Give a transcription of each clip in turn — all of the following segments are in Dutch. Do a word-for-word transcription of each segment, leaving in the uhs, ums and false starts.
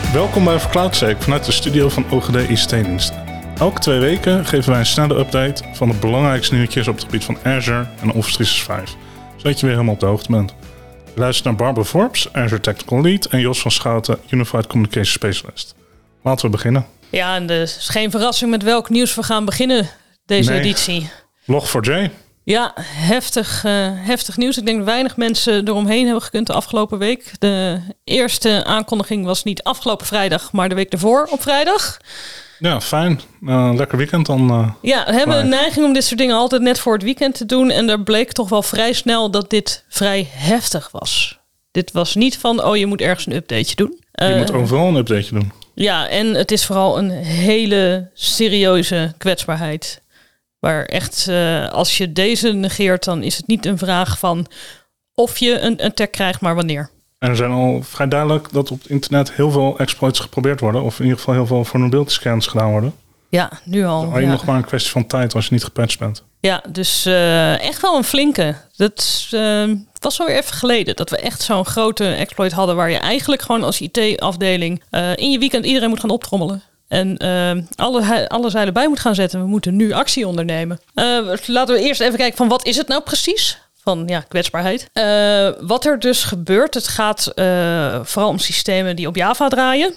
Welkom bij CloudSec vanuit de studio van O G D I C-diensten. Elke twee weken geven wij een snelle update van de belangrijkste nieuwtjes op het gebied van Azure en Office driehonderdzesenzijftig, zodat je weer helemaal op de hoogte bent. Luister naar Barbara Forbes, Azure Technical Lead, en Jos van Schouten, Unified Communication Specialist. Laten we beginnen. Ja, en er is geen verrassing met welk nieuws we gaan beginnen deze nee. editie. log four j. Ja, heftig, uh, heftig nieuws. Ik denk dat weinig mensen eromheen hebben gekund de afgelopen week. De eerste aankondiging was niet afgelopen vrijdag, maar de week ervoor op vrijdag. Ja, fijn. Uh, lekker weekend dan. Uh, ja, we hebben een neiging om dit soort dingen altijd net voor het weekend te doen. En er bleek toch wel vrij snel dat dit vrij heftig was. Dit was niet van, oh, je moet ergens een updateje doen. Je uh, moet overal een updateje doen. Ja, en het is vooral een hele serieuze kwetsbaarheid. Waar echt, uh, als je deze negeert, dan is het niet een vraag van of je een attack krijgt, maar wanneer. En er zijn al vrij duidelijk dat op het internet heel veel exploits geprobeerd worden. Of in ieder geval heel veel vulnerability scans gedaan worden. Ja, nu al. Dan heb je ja. nog maar een kwestie van tijd als je niet gepatcht bent. Ja, dus uh, echt wel een flinke. Dat uh, was wel weer even geleden dat we echt zo'n grote exploit hadden waar je eigenlijk gewoon als I T-afdeling uh, in je weekend iedereen moet gaan optrommelen. En uh, alle, alle zeilen bij moet gaan zetten. We moeten nu actie ondernemen. Uh, laten we eerst even kijken van wat is het nou precies? Van ja, kwetsbaarheid. Uh, wat er dus gebeurt, het gaat uh, vooral om systemen die op Java draaien.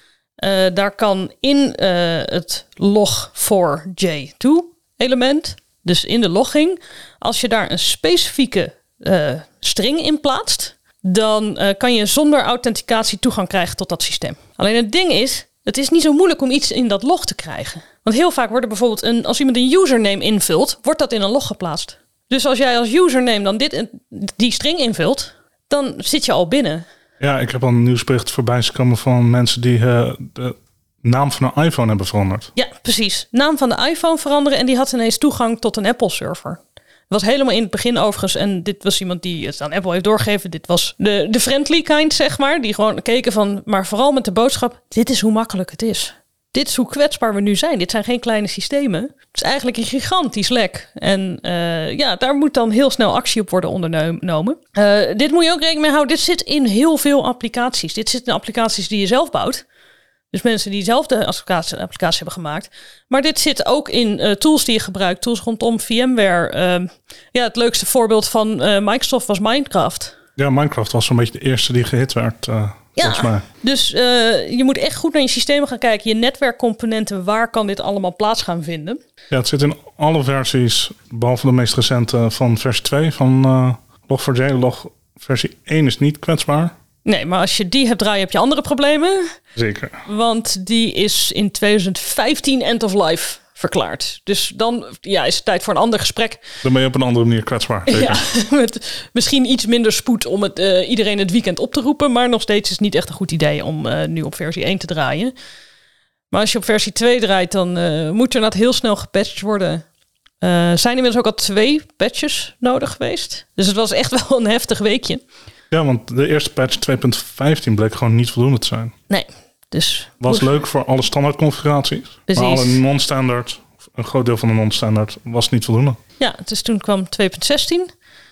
Uh, daar kan in uh, het log four j two element, dus in de logging, als je daar een specifieke uh, string in plaatst, dan uh, kan je zonder authenticatie toegang krijgen tot dat systeem. Alleen het ding is, het is niet zo moeilijk om iets in dat log te krijgen. Want heel vaak wordt er bijvoorbeeld, een, als iemand een username invult, wordt dat in een log geplaatst. Dus als jij als username dan dit, die string invult, dan zit je al binnen. Ja, ik heb al een nieuwsbericht voorbij gekomen van mensen die uh, de naam van een iPhone hebben veranderd. Ja, precies. Naam van de iPhone veranderen en die had ineens toegang tot een Apple-server. Dat was helemaal in het begin overigens. En dit was iemand die het aan Apple heeft doorgegeven. Dit was de, de friendly kind, zeg maar. Die gewoon keken van, maar vooral met de boodschap, dit is hoe makkelijk het is. Dit is hoe kwetsbaar we nu zijn. Dit zijn geen kleine systemen. Het is eigenlijk een gigantisch lek. En uh, ja, daar moet dan heel snel actie op worden ondernomen. Uh, dit moet je ook rekening mee houden. Dit zit in heel veel applicaties. Dit zit in applicaties die je zelf bouwt. Dus mensen die zelf de applicatie, applicatie hebben gemaakt. Maar dit zit ook in uh, tools die je gebruikt. Tools rondom VMware. Uh, ja, het leukste voorbeeld van uh, Microsoft was Minecraft. Ja, Minecraft was zo'n beetje de eerste die gehit werd. Uh, ja, mij. Dus uh, je moet echt goed naar je systemen gaan kijken. Je netwerkcomponenten, waar kan dit allemaal plaats gaan vinden? Ja, het zit in alle versies, behalve de meest recente van versie twee van uh, log four j. Log versie één is niet kwetsbaar. Nee, maar als je die hebt draaien, heb je andere problemen. Zeker. Want die is in twintig vijftien end of life verklaard. Dus dan ja, is het tijd voor een ander gesprek. Dan ben je op een andere manier kwetsbaar. Zeker. Ja, met misschien iets minder spoed om het, uh, iedereen het weekend op te roepen. Maar nog steeds is het niet echt een goed idee om uh, nu op versie één te draaien. Maar als je op versie twee draait, dan uh, moet er net heel snel gepatcht worden. Uh, zijn inmiddels ook al twee patches nodig geweest. Dus het was echt wel een heftig weekje. Ja, want de eerste patch twee punt vijftien bleek gewoon niet voldoende te zijn. Nee, dus... Was leuk voor alle standaard configuraties. Precies. Maar alle non-standard, een groot deel van de non-standard, was niet voldoende. Ja, dus toen kwam twee punt zestien.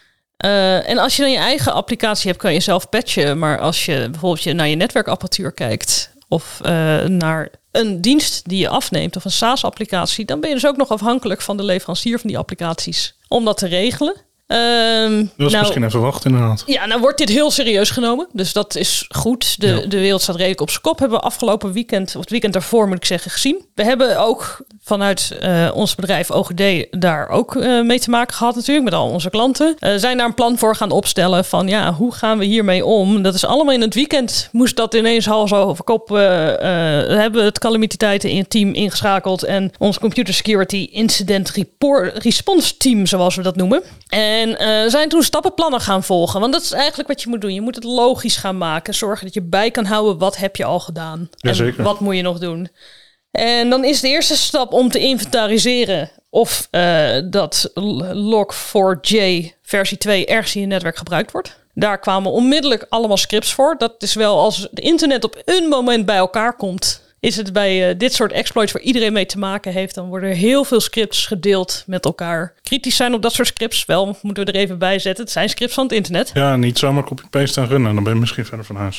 Uh, en als je dan je eigen applicatie hebt, kan je zelf patchen. Maar als je bijvoorbeeld je naar je netwerkapparatuur kijkt, of uh, naar een dienst die je afneemt, of een SaaS-applicatie, dan ben je dus ook nog afhankelijk van de leverancier van die applicaties om dat te regelen. Um, dat is nou, misschien even wachten inderdaad. Ja, nou wordt dit heel serieus genomen. Dus dat is goed. De, ja. de wereld staat redelijk op zijn kop. Hebben we afgelopen weekend, of het weekend daarvoor moet ik zeggen, gezien. We hebben ook vanuit uh, ons bedrijf O G D daar ook uh, mee te maken gehad natuurlijk. Met al onze klanten. Uh, zijn daar een plan voor gaan opstellen van ja, hoe gaan we hiermee om? Dat is allemaal in het weekend. Moest dat ineens hals over kop. Uh, uh, hebben we het calamiteiten in het team ingeschakeld. En ons computer security incident report, response team, zoals we dat noemen. En En uh, zijn toen stappenplannen gaan volgen. Want dat is eigenlijk wat je moet doen. Je moet het logisch gaan maken. Zorgen dat je bij kan houden wat heb je al gedaan. Ja, en zeker. Wat moet je nog doen. En dan is de eerste stap om te inventariseren of uh, dat log four j versie twee ergens in je netwerk gebruikt wordt. Daar kwamen onmiddellijk allemaal scripts voor. Dat is wel als het internet op een moment bij elkaar komt, is het bij uh, dit soort exploits waar iedereen mee te maken heeft, dan worden er heel veel scripts gedeeld met elkaar. Kritisch zijn op dat soort scripts, wel, moeten we er even bij zetten. Het zijn scripts van het internet. Ja, niet zomaar copy-paste en runnen, dan ben je misschien verder van huis.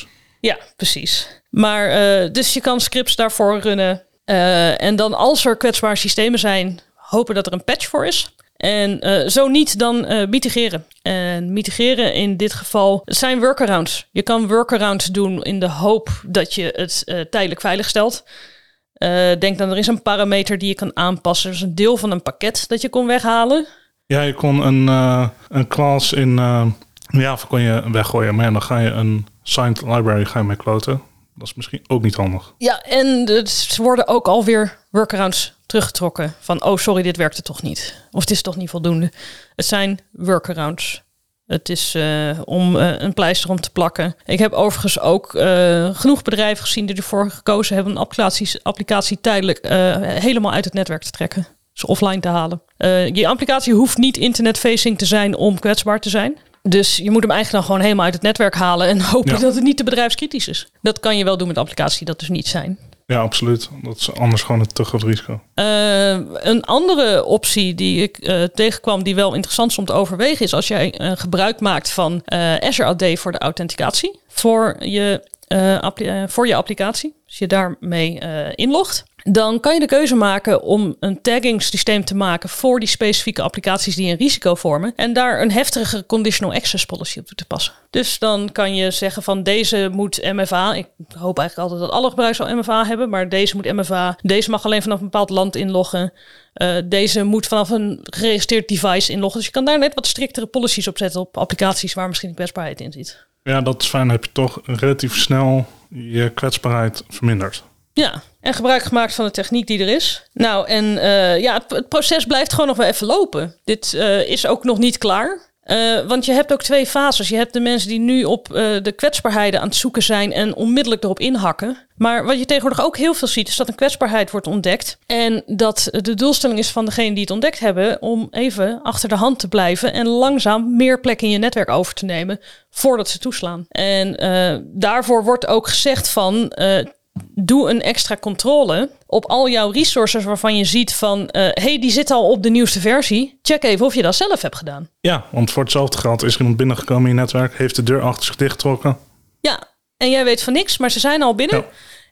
Ja, precies. Maar uh, dus je kan scripts daarvoor runnen. Uh, en dan als er kwetsbare systemen zijn, hopen dat er een patch voor is. En uh, zo niet, dan uh, mitigeren. En mitigeren in dit geval zijn workarounds. Je kan workarounds doen in de hoop dat je het uh, tijdelijk veilig stelt. Uh, denk dan, er is een parameter die je kan aanpassen. Dus een deel van een pakket dat je kon weghalen. Ja, je kon een, uh, een class in uh, Java kon je weggooien. Maar ja, dan ga je een signed library ga je mee kloten. Dat is misschien ook niet handig. Ja, en er worden ook alweer workarounds teruggetrokken. Van, oh sorry, dit werkte toch niet. Of het is toch niet voldoende. Het zijn workarounds. Het is uh, om uh, een pleister om te plakken. Ik heb overigens ook uh, genoeg bedrijven gezien die ervoor gekozen hebben... een applicatie, applicatie tijdelijk uh, helemaal uit het netwerk te trekken. Dus offline te halen. Uh, je applicatie hoeft niet internet-facing te zijn om kwetsbaar te zijn. Dus je moet hem eigenlijk dan gewoon helemaal uit het netwerk halen... en hopen ja. dat het niet te bedrijfskritisch is. Dat kan je wel doen met applicaties die dat dus niet zijn. Ja, absoluut. Dat is anders gewoon een te groot risico. Uh, een andere optie die ik uh, tegenkwam die wel interessant is om te overwegen... is als jij uh, gebruik maakt van uh, Azure A D voor de authenticatie... voor je, uh, appli- uh, voor je applicatie. Als je daarmee uh, inlogt... dan kan je de keuze maken om een tagging-systeem te maken... voor die specifieke applicaties die een risico vormen... en daar een heftige conditional access policy op toe te passen. Dus dan kan je zeggen van deze moet M F A... ik hoop eigenlijk altijd dat alle gebruikers al M F A hebben... maar deze moet M F A, deze mag alleen vanaf een bepaald land inloggen... Uh, deze moet vanaf een geregistreerd device inloggen. Dus je kan daar net wat striktere policies op zetten... op applicaties waar misschien een kwetsbaarheid in zit. Ja, dat is fijn. Dan heb je toch relatief snel je kwetsbaarheid verminderd. Ja, en gebruik gemaakt van de techniek die er is. Nou, en uh, ja, het, het proces blijft gewoon nog wel even lopen. Dit uh, is ook nog niet klaar. Uh, want je hebt ook twee fases. Je hebt de mensen die nu op uh, de kwetsbaarheden aan het zoeken zijn... en onmiddellijk erop inhakken. Maar wat je tegenwoordig ook heel veel ziet... is dat een kwetsbaarheid wordt ontdekt. En dat de doelstelling is van degenen die het ontdekt hebben... om even achter de hand te blijven... en langzaam meer plekken in je netwerk over te nemen... voordat ze toeslaan. En uh, daarvoor wordt ook gezegd van... Uh, doe een extra controle op al jouw resources waarvan je ziet van... Uh, hey, die zit al op de nieuwste versie. Check even of je dat zelf hebt gedaan. Ja, want voor hetzelfde geld is er iemand binnengekomen in je netwerk... heeft de deur achter zich dichtgetrokken. Ja, en jij weet van niks, maar ze zijn al binnen. Ja.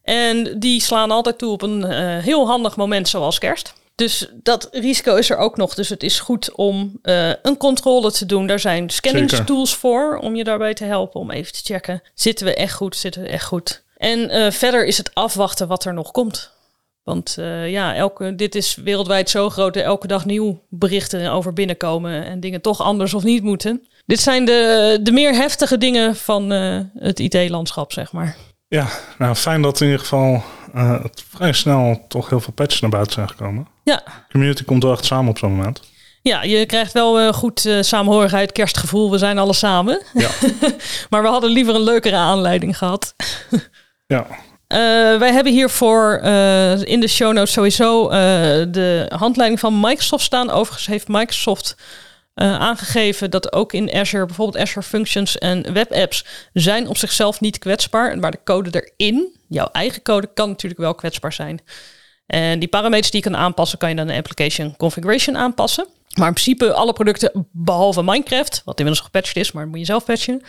En die slaan altijd toe op een uh, heel handig moment zoals kerst. Dus dat risico is er ook nog. Dus het is goed om uh, een controle te doen. Daar zijn scanningstools voor om je daarbij te helpen... om even te checken. Zitten we echt goed? Zitten we echt goed? En uh, verder is het afwachten wat er nog komt. Want uh, ja, elke, dit is wereldwijd zo groot... dat elke dag nieuw berichten over binnenkomen... en dingen toch anders of niet moeten. Dit zijn de, de meer heftige dingen van uh, het I T-landschap, zeg maar. Ja, nou fijn dat in ieder geval uh, het vrij snel... toch heel veel patches naar buiten zijn gekomen. Ja. De community komt wel echt samen op zo'n moment. Ja, je krijgt wel uh, goed uh, samenhorigheid, kerstgevoel. We zijn alle samen. Ja. Maar we hadden liever een leukere aanleiding gehad. Ja. Uh, wij hebben hiervoor uh, in de show notes sowieso uh, de handleiding van Microsoft staan. Overigens heeft Microsoft uh, aangegeven dat ook in Azure, bijvoorbeeld Azure Functions en webapps, zijn op zichzelf niet kwetsbaar. Maar de code erin, jouw eigen code, kan natuurlijk wel kwetsbaar zijn. En die parameters die je kan aanpassen, kan je dan de application configuration aanpassen. Maar in principe alle producten, behalve Minecraft, wat inmiddels gepatcht is, maar dat moet je zelf patchen,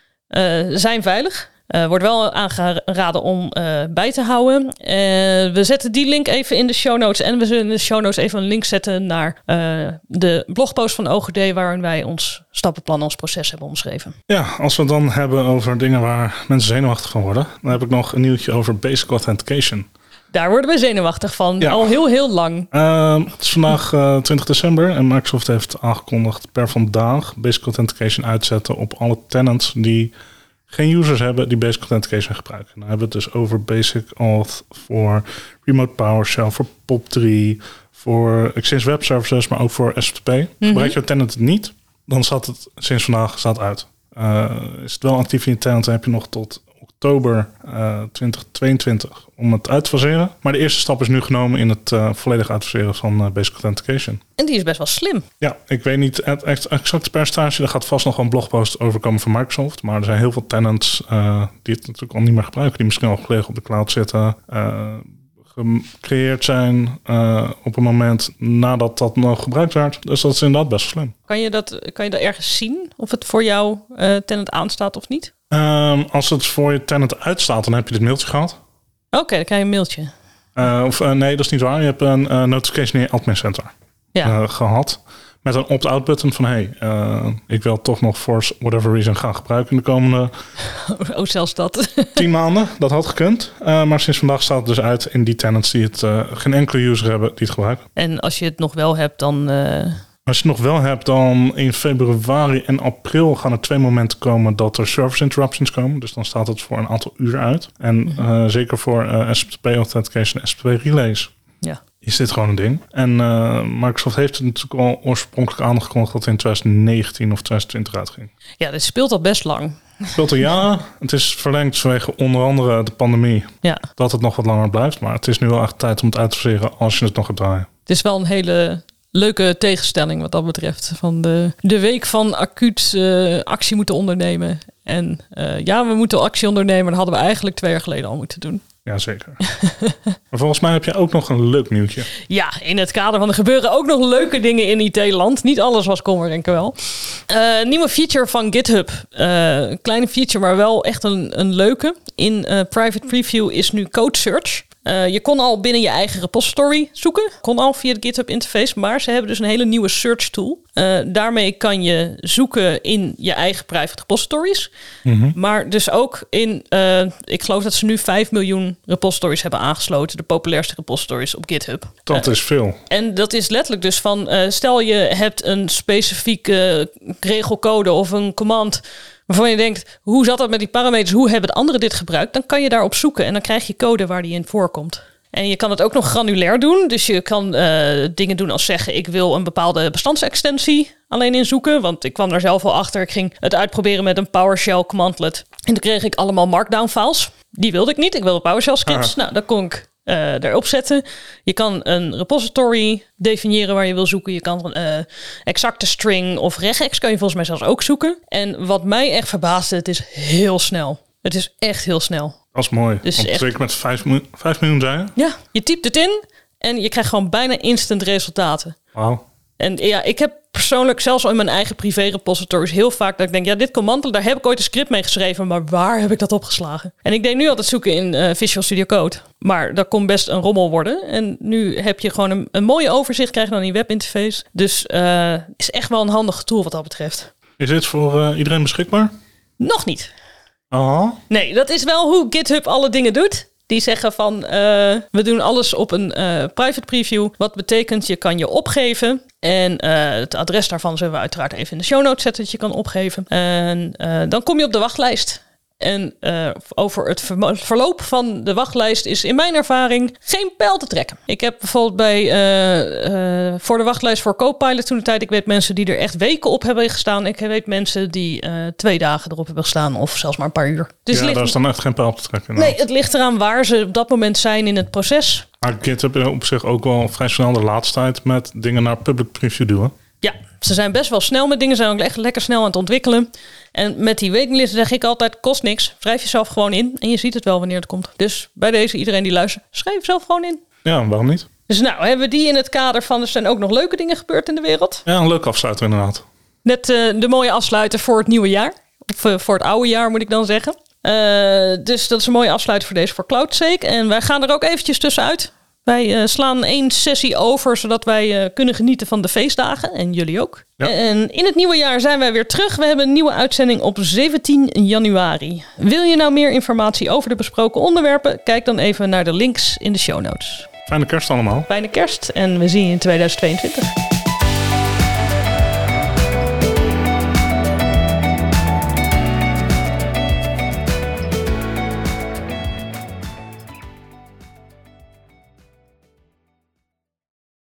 uh, zijn veilig. Uh, wordt wel aangeraden om uh, bij te houden. Uh, we zetten die link even in de show notes. En we zullen in de show notes even een link zetten naar uh, de blogpost van O G D... waarin wij ons stappenplan, ons proces hebben omschreven. Ja, als we het dan hebben over dingen waar mensen zenuwachtig van worden... dan heb ik nog een nieuwtje over Basic Authentication. Daar worden we zenuwachtig van. Ja. Al heel, heel lang. Uh, het is vandaag uh, twintig december en Microsoft heeft aangekondigd per vandaag Basic Authentication uitzetten op alle tenants die geen users hebben die Basic Authentication gebruiken. Dan hebben we het dus over Basic Auth voor Remote PowerShell, voor P O P drie, voor Exchange Web Services, maar ook voor S F T P. Mm-hmm. Gebruik je tenant het niet, dan staat het sinds vandaag staat uit. Uh, is het wel actief in je tenant, dan heb je nog tot oktober uh, twintig tweeëntwintig om het uit te faseren. Maar de eerste stap is nu genomen in het uh, volledig uitfaseren van uh, Basic Authentication. En die is best wel slim. Ja, ik weet niet het exacte percentage. Er gaat vast nog wel een blogpost over komen van Microsoft. Maar er zijn heel veel tenants uh, die het natuurlijk al niet meer gebruiken. Die misschien al gelegen op de cloud zitten. Uh, gecreëerd zijn uh, op een moment nadat dat nog gebruikt werd. Dus dat is inderdaad best slim. Kan je dat, kan je dat ergens zien of het voor jou uh, tenant aanstaat of niet? Um, als het voor je tenant uitstaat, dan heb je dit mailtje gehad. Oké, okay, dan krijg je een mailtje. Uh, of uh, nee, dat is niet waar. Je hebt een uh, notification in je admin center ja. uh, gehad. Met een opt-out button van... hey, uh, ik wil toch nog voor whatever reason gaan gebruiken in de komende... Oh, zelfs dat. tien maanden. Dat had gekund. Uh, maar sinds vandaag staat het dus uit in die tenants die het... Uh, geen enkele user hebben die het gebruiken. En als je het nog wel hebt, dan... Uh... Als je het nog wel hebt, dan in februari en april gaan er twee momenten komen dat er service interruptions komen. Dus dan staat het voor een aantal uur uit. En uh, zeker voor uh, S M T P Authentication en S M T P Relays ja. is dit gewoon een ding. En uh, Microsoft heeft het natuurlijk al oorspronkelijk aangekondigd dat het in twintig negentien of twintig twintig uitging. Ja, dit speelt al best lang. Speelt er ja. Het is verlengd vanwege onder andere de pandemie. Ja. Dat het nog wat langer blijft. Maar het is nu wel echt tijd om het uit te faseren als je het nog gaat draaien. Het is wel een hele... leuke tegenstelling wat dat betreft. Van de, de week van acuut uh, actie moeten ondernemen. En uh, ja, we moeten actie ondernemen. Dat hadden we eigenlijk twee jaar geleden al moeten doen. Jazeker. Maar volgens mij heb je ook nog een leuk nieuwtje. Ja, in het kader van er gebeuren ook nog leuke dingen in I T-land. Niet alles was kommer, denk ik wel. Uh, nieuwe feature van GitHub. Uh, een kleine feature, maar wel echt een, een leuke. In uh, private preview is nu code search. Uh, je kon al binnen je eigen repository zoeken. Kon al via de GitHub interface. Maar ze hebben dus een hele nieuwe search tool. Uh, daarmee kan je zoeken in je eigen private repositories. Mm-hmm. Maar dus ook in... Uh, ik geloof dat ze nu vijf miljoen repositories hebben aangesloten. De populairste repositories op GitHub. Dat uh, is veel. En dat is letterlijk dus van... Uh, stel je hebt een specifieke regelcode of een command... waarvan je denkt, hoe zat dat met die parameters? Hoe hebben de anderen dit gebruikt? Dan kan je daarop zoeken en dan krijg je code waar die in voorkomt. En je kan het ook nog granulair doen. Dus je kan uh, dingen doen als zeggen... ik wil een bepaalde bestandsextensie alleen inzoeken. Want ik kwam daar zelf al achter. Ik ging het uitproberen met een PowerShell commandlet. En toen kreeg ik allemaal markdown files. Die wilde ik niet. Ik wilde PowerShell scripts. Ah. Nou, dat kon ik uh, erop zetten. Je kan een repository definiëren waar je wil zoeken. Je kan een uh, exacte string of regex kan je volgens mij zelfs ook zoeken. En wat mij echt verbaasde, het is heel snel. Het is echt heel snel. Dat is mooi. Dus Want twee keer met vijf miljoen zei je? Ja, je typt het in en je krijgt gewoon bijna instant resultaten. Wauw. En ja, ik heb persoonlijk zelfs al in mijn eigen privé repositories heel vaak dat ik denk, ja, dit command, daar heb ik ooit een script mee geschreven, maar waar heb ik dat opgeslagen? En ik deed nu altijd zoeken in uh, Visual Studio Code, maar dat kon best een rommel worden. En nu heb je gewoon een, een mooie overzicht, krijg je dan die webinterface. Dus uh, is echt wel een handige tool wat dat betreft. Is dit voor uh, iedereen beschikbaar? Nog niet. Oh. Nee, dat is wel hoe GitHub alle dingen doet. Die zeggen van, uh, we doen alles op een uh, private preview. Wat betekent, je kan je opgeven. En uh, het adres daarvan zullen we uiteraard even in de show notes zetten dat je kan opgeven. En uh, dan kom je op de wachtlijst. En uh, over het verloop van de wachtlijst is in mijn ervaring geen pijl te trekken. Ik heb bijvoorbeeld bij uh, uh, voor de wachtlijst voor Copilot toen de tijd. Ik weet mensen die er echt weken op hebben gestaan. Ik weet mensen die uh, twee dagen erop hebben gestaan of zelfs maar een paar uur. Dus ja, ligt... daar is dan echt geen pijl te trekken. Nee, het ligt eraan waar ze op dat moment zijn in het proces. Maar GitHub op zich ook wel vrij snel de laatste tijd met dingen naar public preview duwen. Ja, ze zijn best wel snel met dingen. Ze zijn ook echt lekker snel aan het ontwikkelen. En met die waitinglisten zeg ik altijd, kost niks. Schrijf jezelf gewoon in en je ziet het wel wanneer het komt. Dus bij deze, iedereen die luistert, schrijf jezelf gewoon in. Ja, waarom niet? Dus nou, hebben we die in het kader van, er zijn ook nog leuke dingen gebeurd in de wereld. Ja, een leuke afsluiter inderdaad. Net uh, de mooie afsluiter voor het nieuwe jaar. Of uh, voor het oude jaar moet ik dan zeggen. Uh, dus dat is een mooie afsluiter voor deze voor CloudSake. En wij gaan er ook eventjes tussenuit. Wij uh, slaan één sessie over, zodat wij uh, kunnen genieten van de feestdagen. En jullie ook. Ja. En in het nieuwe jaar zijn wij weer terug. We hebben een nieuwe uitzending op zeventien januari. Wil je nou meer informatie over de besproken onderwerpen? Kijk dan even naar de links in de show notes. Fijne kerst allemaal. Fijne kerst en we zien je in tweeduizend tweeëntwintig.